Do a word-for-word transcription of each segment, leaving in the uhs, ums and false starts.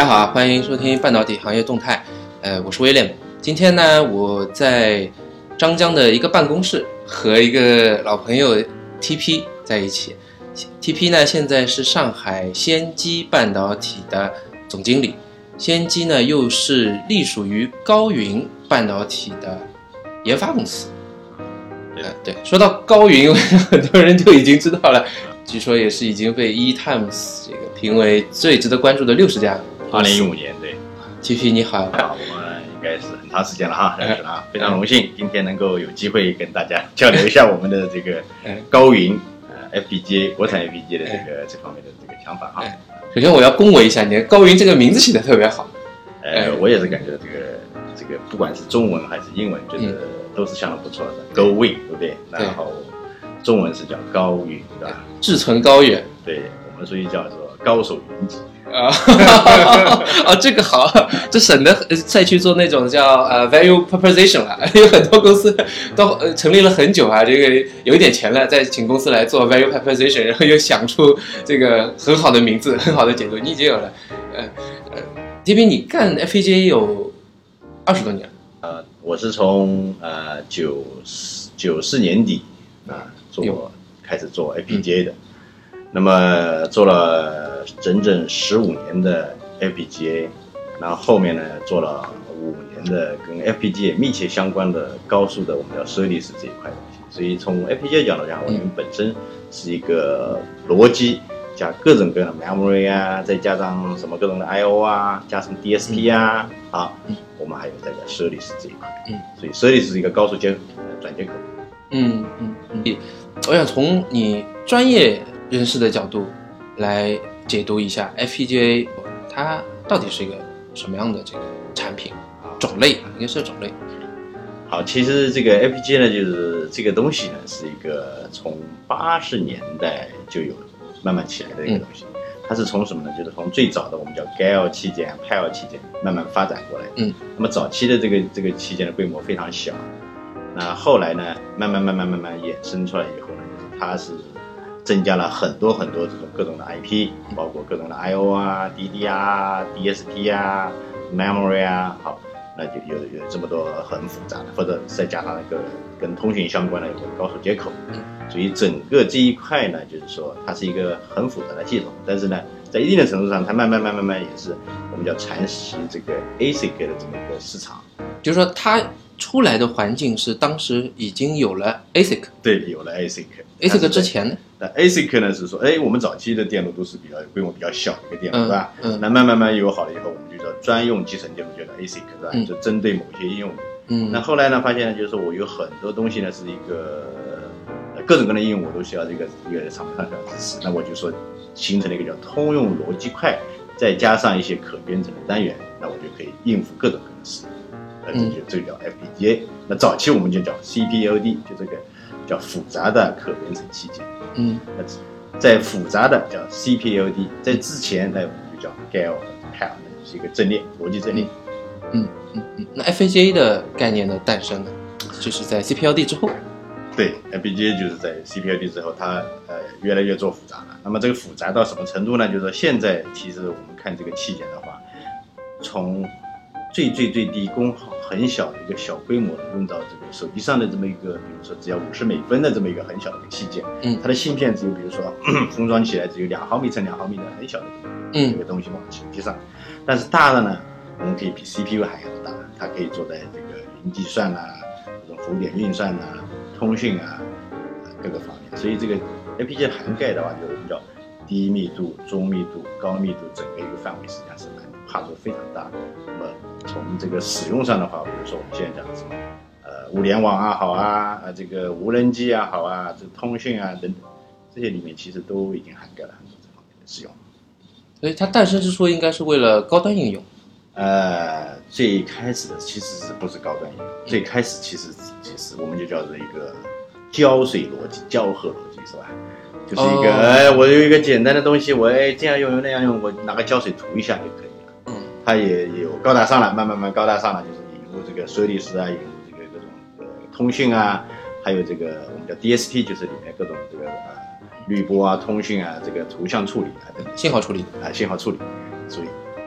家好，欢迎收听半导体行业动态。呃，我是威廉。今天呢，我在张江的一个办公室和一个老朋友 T P 在一起。T P 呢，现在是上海先机半导体的总经理。先机呢，又是隶属于高云半导体的研发公司。呃，对，说到高云，很多人就已经知道了。据说也是已经被 E-Times 这个评为最值得关注的六十家。 二零一五年，对。 T P 你好。 好，我们应该是很长时间了哈，认识了啊，非常荣幸今天能够有机会跟大家交流一下我们的这个高云呃 F P G A 国产 F P G A 的这个这方面的这个想法哈。 首先我要恭维一下你，高云这个名字起得特别好。 呃，我也是感觉这个这个不管是中文还是英文，觉得都是相当不错的。Go Win， 对不对？然后中文是叫高云，对吧？志存高远， 对我们所以叫做高手云集。 啊，哦，这个好，这省得再去做那种叫呃 value proposition 了。有很多公司都呃成立了很久啊，这个有一点钱了，再请公司来做 value proposition， 然后又想出这个很好的名字、很好的解读，你已经有了。呃呃 ，T P 你干 F P G A 有二十多年了。 呃，我是从呃九九四年底啊做开始做 F P G A 的。嗯，那么做了整整十五年的 F P G A， 然后后面呢做了五年的跟 F P G A 密切相关的高速的我们叫 S E R D I S 这一块东西。所以从 F P G A 角度讲，我们本身是一个逻辑加各种各样的 memory 啊，再加上什么各种的 I O 啊，加上 D S P 啊，嗯、啊，我们还有这个 S E R D I S 这一块。嗯，所以 S E R D I S 是一个高速接转接口。嗯嗯嗯，我想从你专业人士的角度来解读一下 F P G A 它到底是一个什么样的这个产品种类，应该是种类。 好，其实这个 F P G A 呢，就是这个东西呢，是一个从八十年代就有慢慢起来的一个东西。嗯，它是从什么呢？就是从最早的我们叫 G A L 器件、P A L 器件慢慢发展过来。嗯，那么早期的这个这个器件的规模非常小，那后来呢，慢慢慢慢慢慢衍生出来以后呢，就是它是增加了很多很多这种各种的 I P， 包括各种的 I O 啊、D D 啊、D S P 啊、memory 啊，好，那就有有这么多很复杂的，或者再加上那个跟通讯相关的有个高速接口，所以整个这一块呢，就是说它是一个很复杂的系统，但是呢，在一定的程度上，它慢慢慢慢慢也是我们叫蚕食这个 A S I C 的这么一个市场， 就是说它出来的环境是当时已经有了 A S I C， 对，有了 A S I C。A S I C 之前呢？ 那 A S I C 呢是说，哎，我们早期的电路都是比较规模比较小的一个电路， 嗯， 对吧？嗯。那慢慢慢有好了以后，我们就叫专用集成电路，叫做 A S I C， 对吧？嗯。就针对某些应用。嗯。那后来呢，发现呢，就是说我有很多东西呢是一个各种各样的应用，我都需要这个一个厂商需要支持。那我就说形成了一个叫通用逻辑块，再加上一些可编程的单元，那我就可以应付各种各样的事。那这就这个叫 F P G A。那早期我们就叫 C P L D， 就这个叫复杂的可编程器件。嗯，那在复杂的叫 C P L D， 在之前那我们就叫 G A L 的 P A L， 那就是一个阵列逻辑阵列。 嗯嗯嗯。那 F P G A 的概念的诞生呢，就是在 C P L D 之后。 对 ，F P G A 就是在 C P L D 之后，它呃越来越做复杂了。那么这个复杂到什么程度呢？就是说现在其实我们看这个器件的话，从最最最低功耗很小的一个小规模的用到这个手机上的这么一个，比如说只要五十美分的这么一个很小的一个器件，嗯，它的芯片只有比如说封装起来只有两毫米乘两毫米的很小的这个东西往手机上，但是大的呢，我们可以比 C P U 还要大，它可以做在这个云计算啊、这种浮点运算啊、通讯啊各个方面，所以这个 F P G A 涵盖的话，就是叫低密度、中密度、高密度整个一个范围实际上是蛮跨度非常大的。那么从这个使用上的话，比如说我们现在讲什么，呃，物联网啊好啊，啊这个无人机啊好啊，这通讯啊等等，这些里面其实都已经涵盖了很多这方面的使用。 所以它诞生之初应该是为了高端应用。 呃，最开始的其实是不是高端应用？最开始其实其实我们就叫做一个胶水逻辑、胶合逻辑，是吧？就是一个，哎、哦，我有一个简单的东西，我哎这样用那样用，我拿个胶水涂一下就可以。它也有高大上了，慢慢慢高大上了，就是引入这个 S E R D I S 啊，引入这个各种呃通讯啊，还有这个我们叫 D S P， 就是里面各种这个呃滤波啊、通讯啊、这个图像处理啊等等， 信号处理啊，信号处理。所以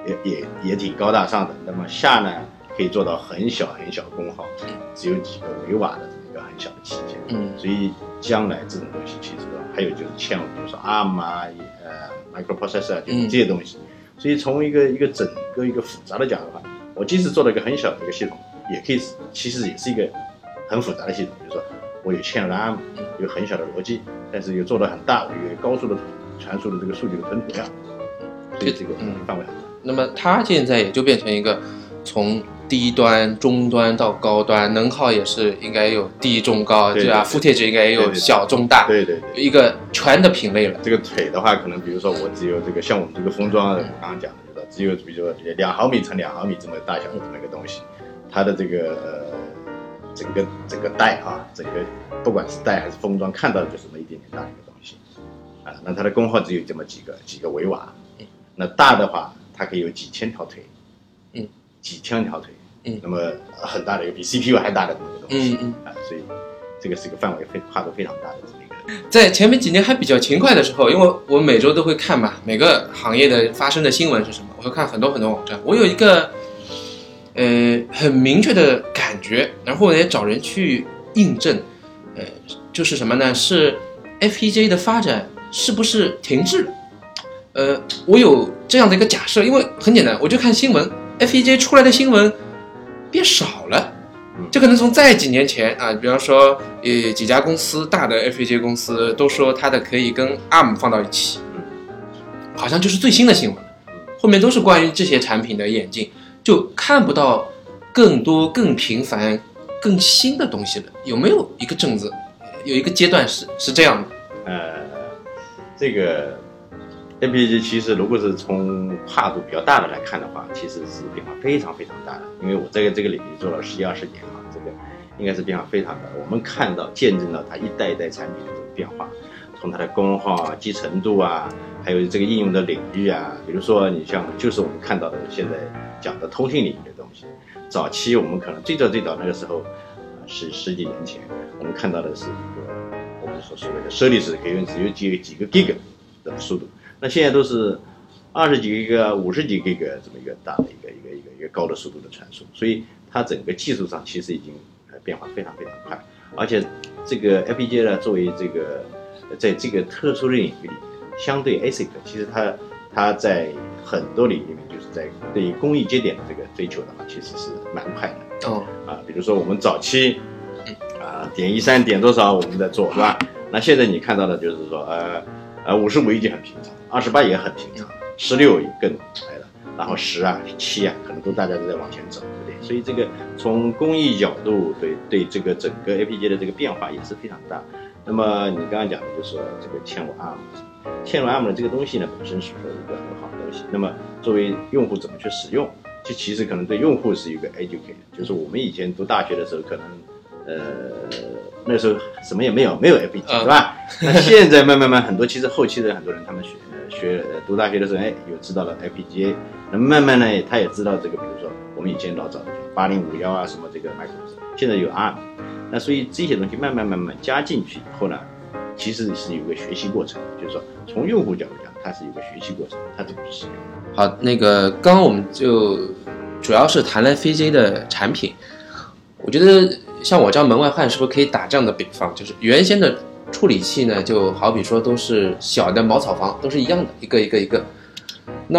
也也也挺高大上的。那么下呢，可以做到很小很小功耗，只有几个微瓦的这么一个很小的器件。 嗯， 所以将来这种东西其实还有就是嵌入，比如说 A R M 啊，呃 microprocessor 就是这些东西。嗯、所以从一个一个整个一个复杂的讲的话，我即使做了一个很小的一个系统，也可以其实也是一个很复杂的系统。比如说我有嵌入 A R M， 有很小的逻辑，但是又做得很大，我有高速的传输的这个数据的吞吐量，所以这个范围很大。 那么它现在也就变成一个从低端、中端到高端，能耗也是应该有低、中、高，对吧？footage应该也有小、中、大， 对对对， 一个全的品类了。 这个腿的话，可能比如说我只有这个像我们这个封装，我刚刚讲的，就是只有比如说两毫米乘两毫米这么大小的这么一个东西，它的这个呃整个整个带啊，整个不管是带还是封装，看到的就是那么一点点大的一个东西啊，那它的功耗只有这么几个几个微瓦，那大的话它可以有几千条腿，嗯，几千条腿。嗯，那么很大的一个比 C P U 还大的这么一个东西，嗯嗯啊，所以这个是一个范围非跨度非常大的这么一个。 在前面几年还比较勤快的时候，因为我每周都会看嘛，每个行业的发生的新闻是什么，我会看很多很多网站。我有一个呃很明确的感觉，然后也找人去印证，呃，就是什么呢？是 F P G A 的发展是不是停滞了？呃，我有这样的一个假设，因为很简单，我就看新闻 ，F P G A 出来的新闻变少了，就可能从在几年前啊，比方说呃几家公司大的 F P G A 公司都说它的可以跟 A R M 放到一起，好像就是最新的新闻，后面都是关于这些产品的演进，就看不到更多更频繁更新的东西了。有没有一个阵子，有一个阶段是是这样的？ 呃，这个 F P G A 其实如果是从跨度比较大的来看的话，其实是变化非常非常大的。因为我在这个领域做了十一二十年啊，这个应该是变化非常大。我们看到见证到它一代一代产品的这种变化，从它的功耗啊、集成度啊，还有这个应用的领域啊，比如说你像就是我们看到的现在讲的通信领域的东西，早期我们可能最早最早那个时候，呃、是十几年前，我们看到的是一个我们所所谓的舍利子可以用只有几几个 G 的速度。那现在都是二十几个、五十几个这么一个大的一个一个一个一个高的速度的传输，所以它整个技术上其实已经变化非常非常快，而且这个 F P G A 呢，作为这个在这个特殊的领域里面，相对 A S I C， 其实它它在很多领域里面，就是在对于工艺节点的这个追求的话，其实是蛮快的。哦啊，比如说我们早期啊点一三点多少我们在做是吧？那现在你看到的就是说呃呃五十五已经很平常。二十八也很平常，十六也更来了，然后十啊、七啊，可能都大家都在往前走，对不对？所以这个从工艺角度，对对这个整个 A P G A 的这个变化也是非常大。那么你刚刚讲的就是说这个嵌入 A R M， 嵌入 A R M 的这个东西呢，本身是说一个很好的东西。那么作为用户怎么去使用，这其实可能对用户是一个 educate， 就是我们以前读大学的时候，可能呃那时候什么也没有，没有 F P G A， 对吧？那现在慢慢慢很多，其实后期的很多人他们学。学读大学的时候，哎，有知道了 F P G A， 那慢慢呢，他也知道这个，比如说我们以前老早的八零五一啊，什么这个 micro， 现在有 A R M， 那所以这些东西慢慢慢慢加进去以后呢，其实是有个学习过程，就是说从用户角度讲，它是有个学习过程，它怎么使用。 好，那个刚刚我们就主要是谈了 F P G A 的产品，我觉得像我这样门外汉，是不是可以打这样的比方，就是原先的处理器呢，就好比说都是小的茅草房，都是一样的，一个一个一个。那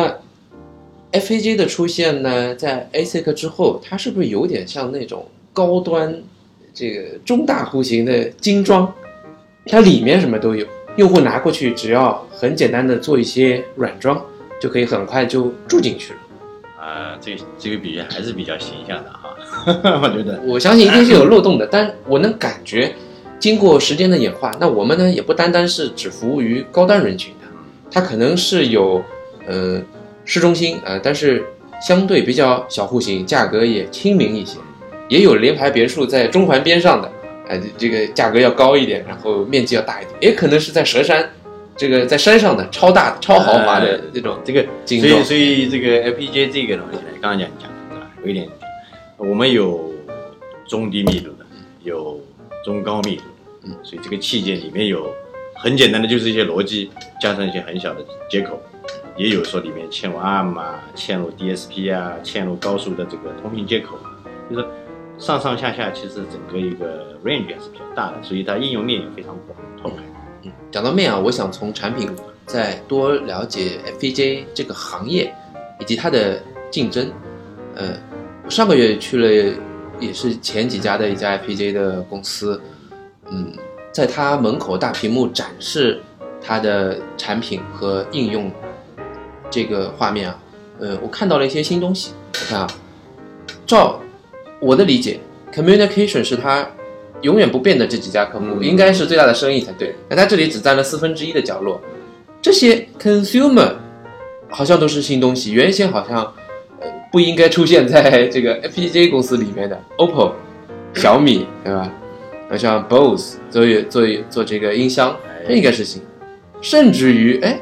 F P G A 的出现呢，在 A S I C 之后，它是不是有点像那种高端这个中大户型的精装？它里面什么都有，用户拿过去只要很简单的做一些软装，就可以很快就住进去了。 啊、呃，这个这个比喻还是比较形象的哈，我觉得。 我相信一定是有漏洞的，但我能感觉。经过时间的演化，那我们呢也不单单是只服务于高端人群的，它可能是有呃市中心啊、呃，但是相对比较小户型，价格也亲民一些，也有联排别墅在中环边上的，呃，这个价格要高一点，然后面积要大一点，也可能是在佘山，这个在山上的超大的、超豪华的这种、呃、 这个精装。所以所以这个 F P G A 这个东西呢，刚刚讲讲的啊，有一点，我们有中低密度的，有中高密度的，所以这个器件里面有很简单的就是一些逻辑，加上一些很小的接口， 也有说里面嵌入 A R M 啊，嵌入 D S P 啊，嵌入高速的这个通讯接口啊，就是上上下下其实整个一个 range 还是比较大的，所以它应用面也非常广拓开。 嗯，讲到面啊，我想从产品再多了解 F P G A 这个行业以及它的竞争。呃，我上个月去了，也是前几家的一家 F P G A 的公司，嗯，在它门口大屏幕展示它的产品和应用这个画面啊，呃，我看到了一些新东西。你看啊，照我的理解 ，communication 是它永远不变的这几家客户， 嗯、 应该是最大的生意才对。那它这里只占了四分之一的角落，这些 consumer 好像都是新东西，原先好像呃不应该出现在这个 F P G A 公司里面的 O P P O、小米，对吧？像 B O S E 做做做这个音箱，这应该是新。甚至于哎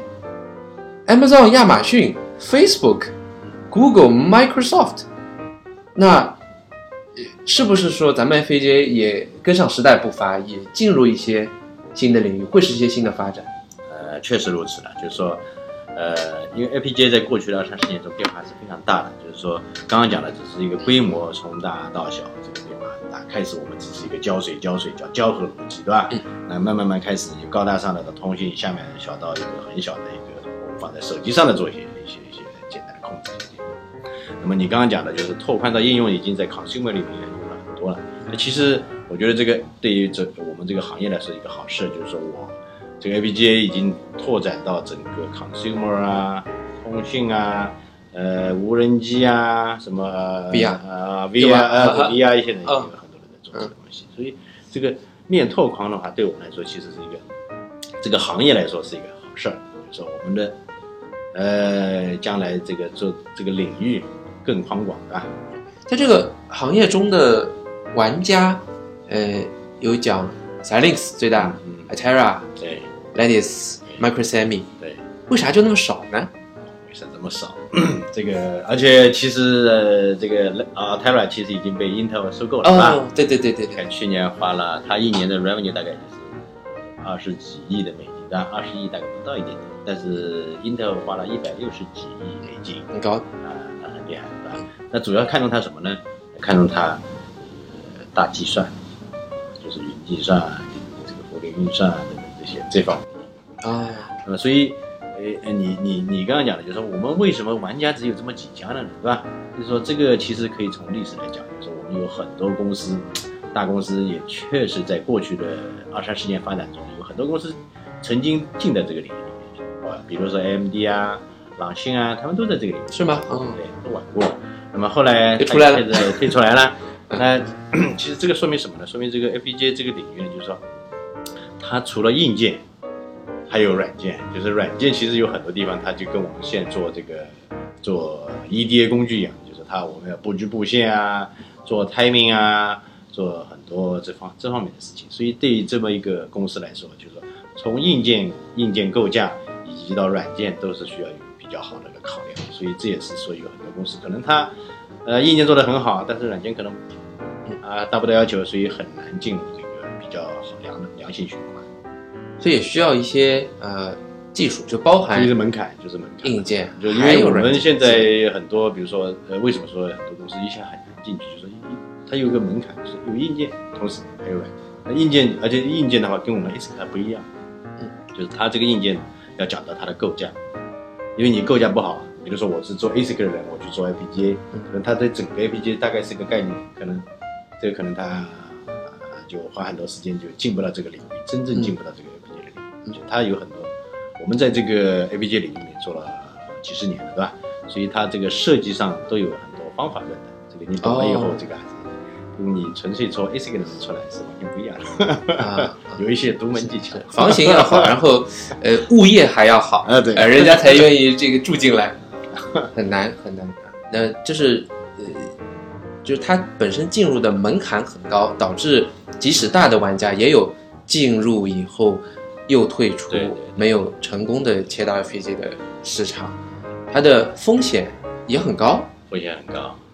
，Amazon、亚马逊、Facebook、Google、Microsoft， 那是不是说咱们 F P G A 也跟上时代步伐，也进入一些新的领域，会是一些新的发展？ 呃，确实如此了，就是说，呃，因为 F P G A 在过去的二三十年中变化是非常大的，就是说，刚刚讲的只是一个规模从大到小这个变化很大。开始我们只是一个胶水胶水叫胶合逻辑，对吧？嗯、那慢慢慢开始有高大上的通讯，下面小到一个很小的一个我们放在手机上的做一些一些一些简单的控制。那么你刚刚讲的就是拓宽到应用，已经在 consumer 里面用了很多了。那其实我觉得这个对于这我们这个行业来说一个好事，就是说我这个 F P G A 已经拓展到整个 consumer 啊、通讯啊、呃无人机啊、什么 V R 啊 V R 呃 V R 一些人也有很多人在做这个东西，所以这个面拓宽的话，对我们来说其实是一个这个行业来说是一个好事儿，就是说我们的呃将来这个做这个领域更宽广的。 在这个行业中的玩家，呃，有讲 Xilinx 最大、嗯、Altera 对 Lattice、Microsemi 对， 为啥就那么少呢？ 为啥这么少？这个而且其实呃这个 Altera 其实已经被 Intel 收购了，是吧？ 哦，对对对对对， 看去年花了它一年的 revenue 大概就是二十几亿的美金，但二十亿大概不到一点点，但是 Intel 花了一百六十几亿美金， 很高啊，那很厉害，是吧？那主要看重它什么呢？看重它呃大计算，就是云计算、这个物联运算等等这些这方面啊。 呃，所以呃你你你刚刚讲的就是说我们为什么玩家只有这么几家呢？对吧？就是说这个其实可以从历史来讲，就是说我们有很多公司，大公司也确实在过去的二三十年发展中，有很多公司曾经进到这个领域里面，啊，比如说 A M D 啊、朗讯啊，他们都在这个领域， 是吗？ 对，都玩过。那么后来退出来了， 退出来了。那其实这个说明什么呢？说明这个 F P G A 这个领域呢，就是说，它除了硬件，还有软件。就是软件其实有很多地方，它就跟我们现在做这个做 E D A 工具一样，就是它我们要布局布线啊，做 timing 啊，做很多这方这方面的事情。所以对于这么一个公司来说，就是说从硬件硬件构架以及到软件，都是需要有比较好的一个考量。所以这也是说有很多公司可能它呃硬件做得很好，但是软件可能啊、呃、达不到要求，所以很难进入这个比较好良的良性循环。 所以也需要一些呃技术，就包含就是门槛，就是门槛硬件， 就因为我们现在很多，比如说呃为什么说很多公司一下很难进去，就是它有一个门槛，就是有硬件，同时还有软件。那硬件，而且硬件的话跟我们 A S I C 还不一样，嗯，就是它这个硬件要讲到它的构架，因为你构架不好。比如说我是做 A S I C 的人，我去做 F P G A， 可能他对整个 F P G A 大概是个概念，可能这个可能他、呃、就花很多时间就进不到这个领域，真正进不到这个 F P G A 的领域。他有很多，我们在这个 F P G A 领域里面做了几十年了，对吧？所以它这个设计上都有很多方法论的。这个你懂了以后，这个还是跟你纯粹做 A S I C 的人出来是完全不一样的，啊、有一些独门技巧， 房型要好，然后呃物业还要好， 啊对， 呃人家才愿意这个住进来。很难很难，那就是呃，就是它本身进入的门槛很高，导致即使大的玩家也有进入以后又退出， 对对对， 没有成功的切到 F P G A 的市场，它的风险也很高， 风险很高。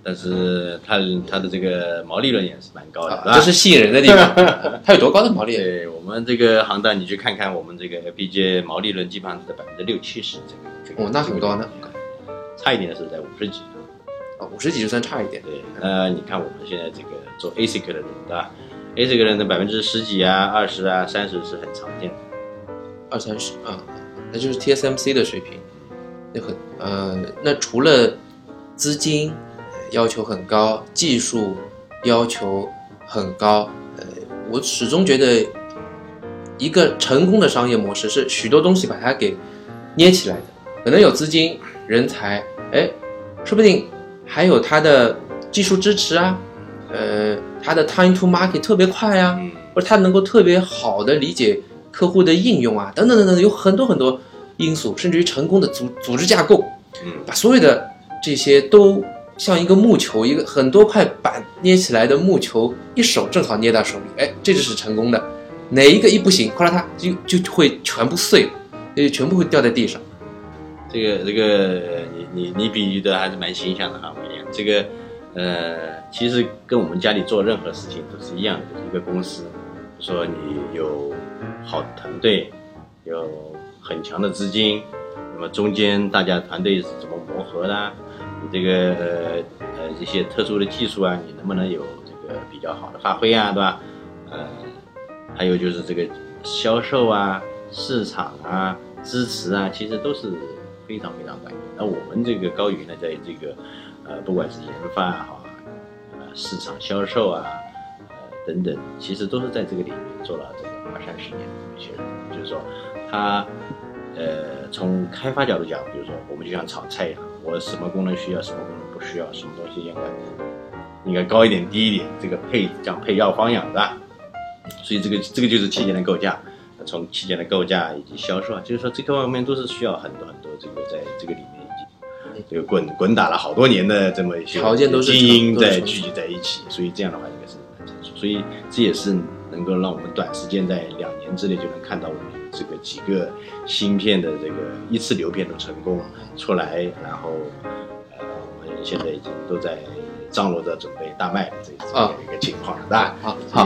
但是它它的这个毛利润也是蛮高的， 啊、这是吸引人的地方。它有多高的毛利润？ 对我们这个行当，你去看看我们这个 F P G A 毛利润基本上是在百分之六七十这个这个。 哦，那很高呢。 差一点的是在五十几。 哦，五十几就算差一点。 对，呃，你看我们现在这个做 A S I C 的人，对吧 ？A S I C 人的百分之十几啊、二十啊、三十是很常见的。 二三十啊，那就是 T S M C 的水平。那很呃，那除了资金要求很高，技术要求很高，呃，我始终觉得一个成功的商业模式是许多东西把它给捏起来的，可能有资金、人才，哎，说不定还有它的技术支持啊，呃，它的 time to market 特别快啊，或者它能够特别好的理解客户的应用啊，等等等等，有很多很多因素，甚至于成功的组组织架构，把所有的这些都像一个木球，一个很多块板捏起来的木球，一手正好捏到手里，哎，这就是成功的。哪一个一不行，后来它就就会全部碎了，呃，全部会掉在地上。 这个这个，你你你比喻的还是蛮形象的哈，威廉。这个呃，其实跟我们家里做任何事情都是一样的，就是一个公司，说你有好的团队，有很强的资金，那么中间大家团队是怎么磨合的？你这个呃呃这些特殊的技术啊，你能不能有这个比较好的发挥啊，对吧？呃，还有就是这个销售啊、市场啊、支持啊，其实都是非常非常关键。那我们这个高宇呢，在这个呃不管是研发也好，呃市场销售啊，呃等等，其实都是在这个里面做了这个二三十年的这么一些人，就是说他呃从开发角度讲，比如说我们就像炒菜一样，我什么功能需要，什么功能不需要，什么东西应该应该高一点低一点，这个配像配药方一样，是吧？所以这个这个就是器件的构架，从器件的构架以及销售啊，就是说这个方面都是需要很多很多这个在这个里面已经这个滚滚打了好多年的这么一些条件都是精英在聚集在一起，所以这样的话应该是很成熟，所以这也是能够让我们短时间在两年之内就能看到我们这个几个芯片的这个一次流片的成功出来，然后呃我们现在已经都在张罗着准备大卖这这样一个情况了，啊， 好好，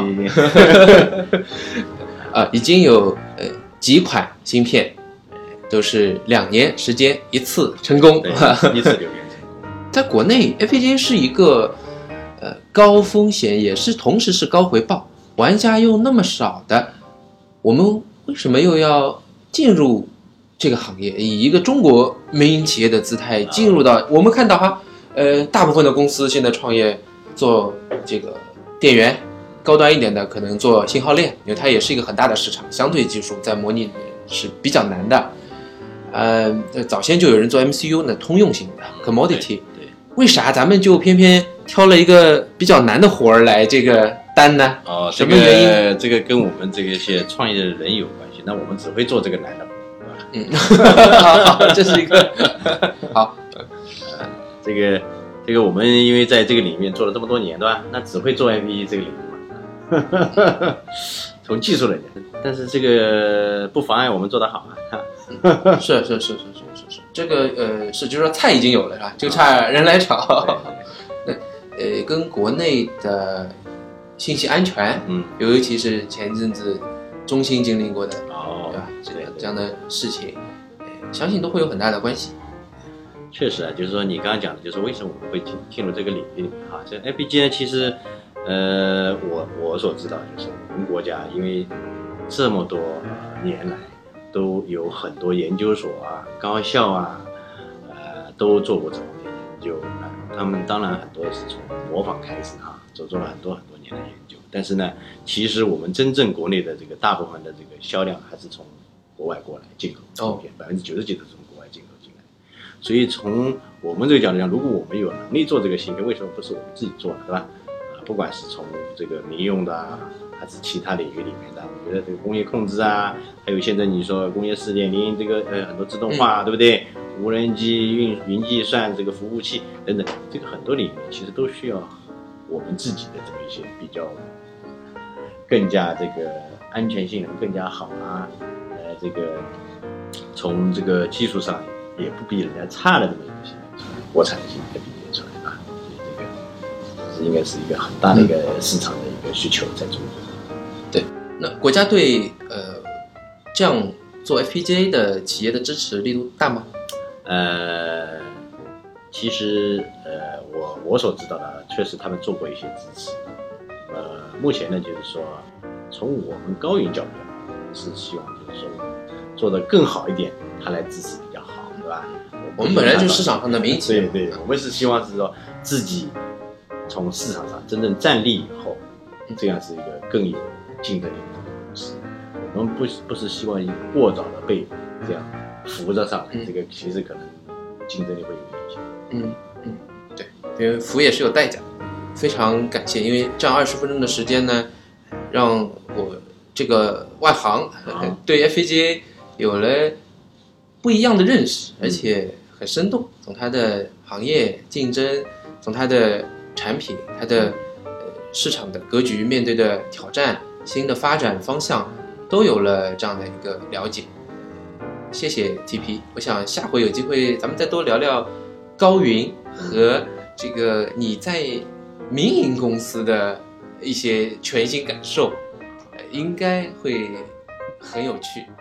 啊，已经有呃几款芯片都是两年时间一次成功， 一次流片成功。 在国内 F P G A 是一个呃高风险，也是同时是高回报，玩家又那么少的，我们为什么又要进入这个行业，以一个中国民营企业的姿态进入到？我们看到哈，呃，大部分的公司现在创业做这个电源，高端一点的可能做信号链，因为它也是一个很大的市场，相对技术在模拟里面是比较难的。呃，早先就有人做 M C U 呢，通用型的 commodity， 对， 为啥咱们就偏偏挑了一个比较难的活儿来这个担呢？ 哦， 什么原因？ 这个跟我们这个一些创业的人有关系。那我们只会做这个难的， 嗯，好，好，这是一个好， 呃，这个这个我们因为在这个里面做了这么多年，对吧？那只会做 M P E 这个领域嘛，从技术来讲，但是这个不妨碍我们做得好啊。 是是是是是是是，这个呃是，就是说菜已经有了是吧？就差人来炒。那呃，跟国内的信息安全， 嗯， 尤其是前一阵子中兴经历过的， 哦， 对吧？这个对对这样的事情，呃，相信都会有很大的关系。 确实啊，就是说你刚刚讲的，就是为什么我们会进进入这个领域啊？这 F P G A 呢，其实，呃，我我所知道就是我们国家因为这么多年来都有很多研究所啊、高校啊，呃，都做过这方面研究啊。他们当然很多是从模仿开始啊，做做了很多很多年的研究。但是呢，其实我们真正国内的这个大部分的这个销量还是从国外过来进口芯片，百分之九十几都是从国外进口进来。所以从我们这个角度讲，如果我们有能力做这个芯片，为什么不是我们自己做呢？对吧？啊，不管是从这个民用的啊，还是其他领域里面的，我觉得这个工业控制啊，还有现在你说工业四点零，这个呃很多自动化，嗯、对不对？无人机、运云计算、这个服务器等等，这个很多领域其实都需要我们自己的这么一些比较更加这个安全性能更加好啊，呃，这个从这个技术上也不比人家差的这么一个芯片出来，国产的芯片毕业出来啊，所以这个是应该是一个很大的一个市场的一个需求在中国。 对，那国家对呃这样做 F P G A 的企业的支持力度大吗？ 呃，其实呃我我所知道的，确实他们做过一些支持。呃，目前呢，就是说从我们高云角度是希望就是说做得更好一点，他来支持比较好，对吧？ 我们本来就是市场上的民营企业， 对对，我们是希望是说自己从市场上真正站立以后，这样是一个更有竞争力的公司。我们不不是希望过早的被这样扶着上来， 嗯、 这个其实可能竞争力会有影响。 嗯嗯，对，因为扶也是有代价。非常感谢，因为这样二十分钟的时间呢，让我这个外行、啊、对 F P G A 有了不一样的认识，而且很生动。从它的行业竞争，从它的产品，它的呃市场的格局，面对的挑战，新的发展方向，都有了这样的一个了解。谢谢 T P， 我想下回有机会咱们再多聊聊高云和这个你在民营公司的一些全新感受，应该会很有趣。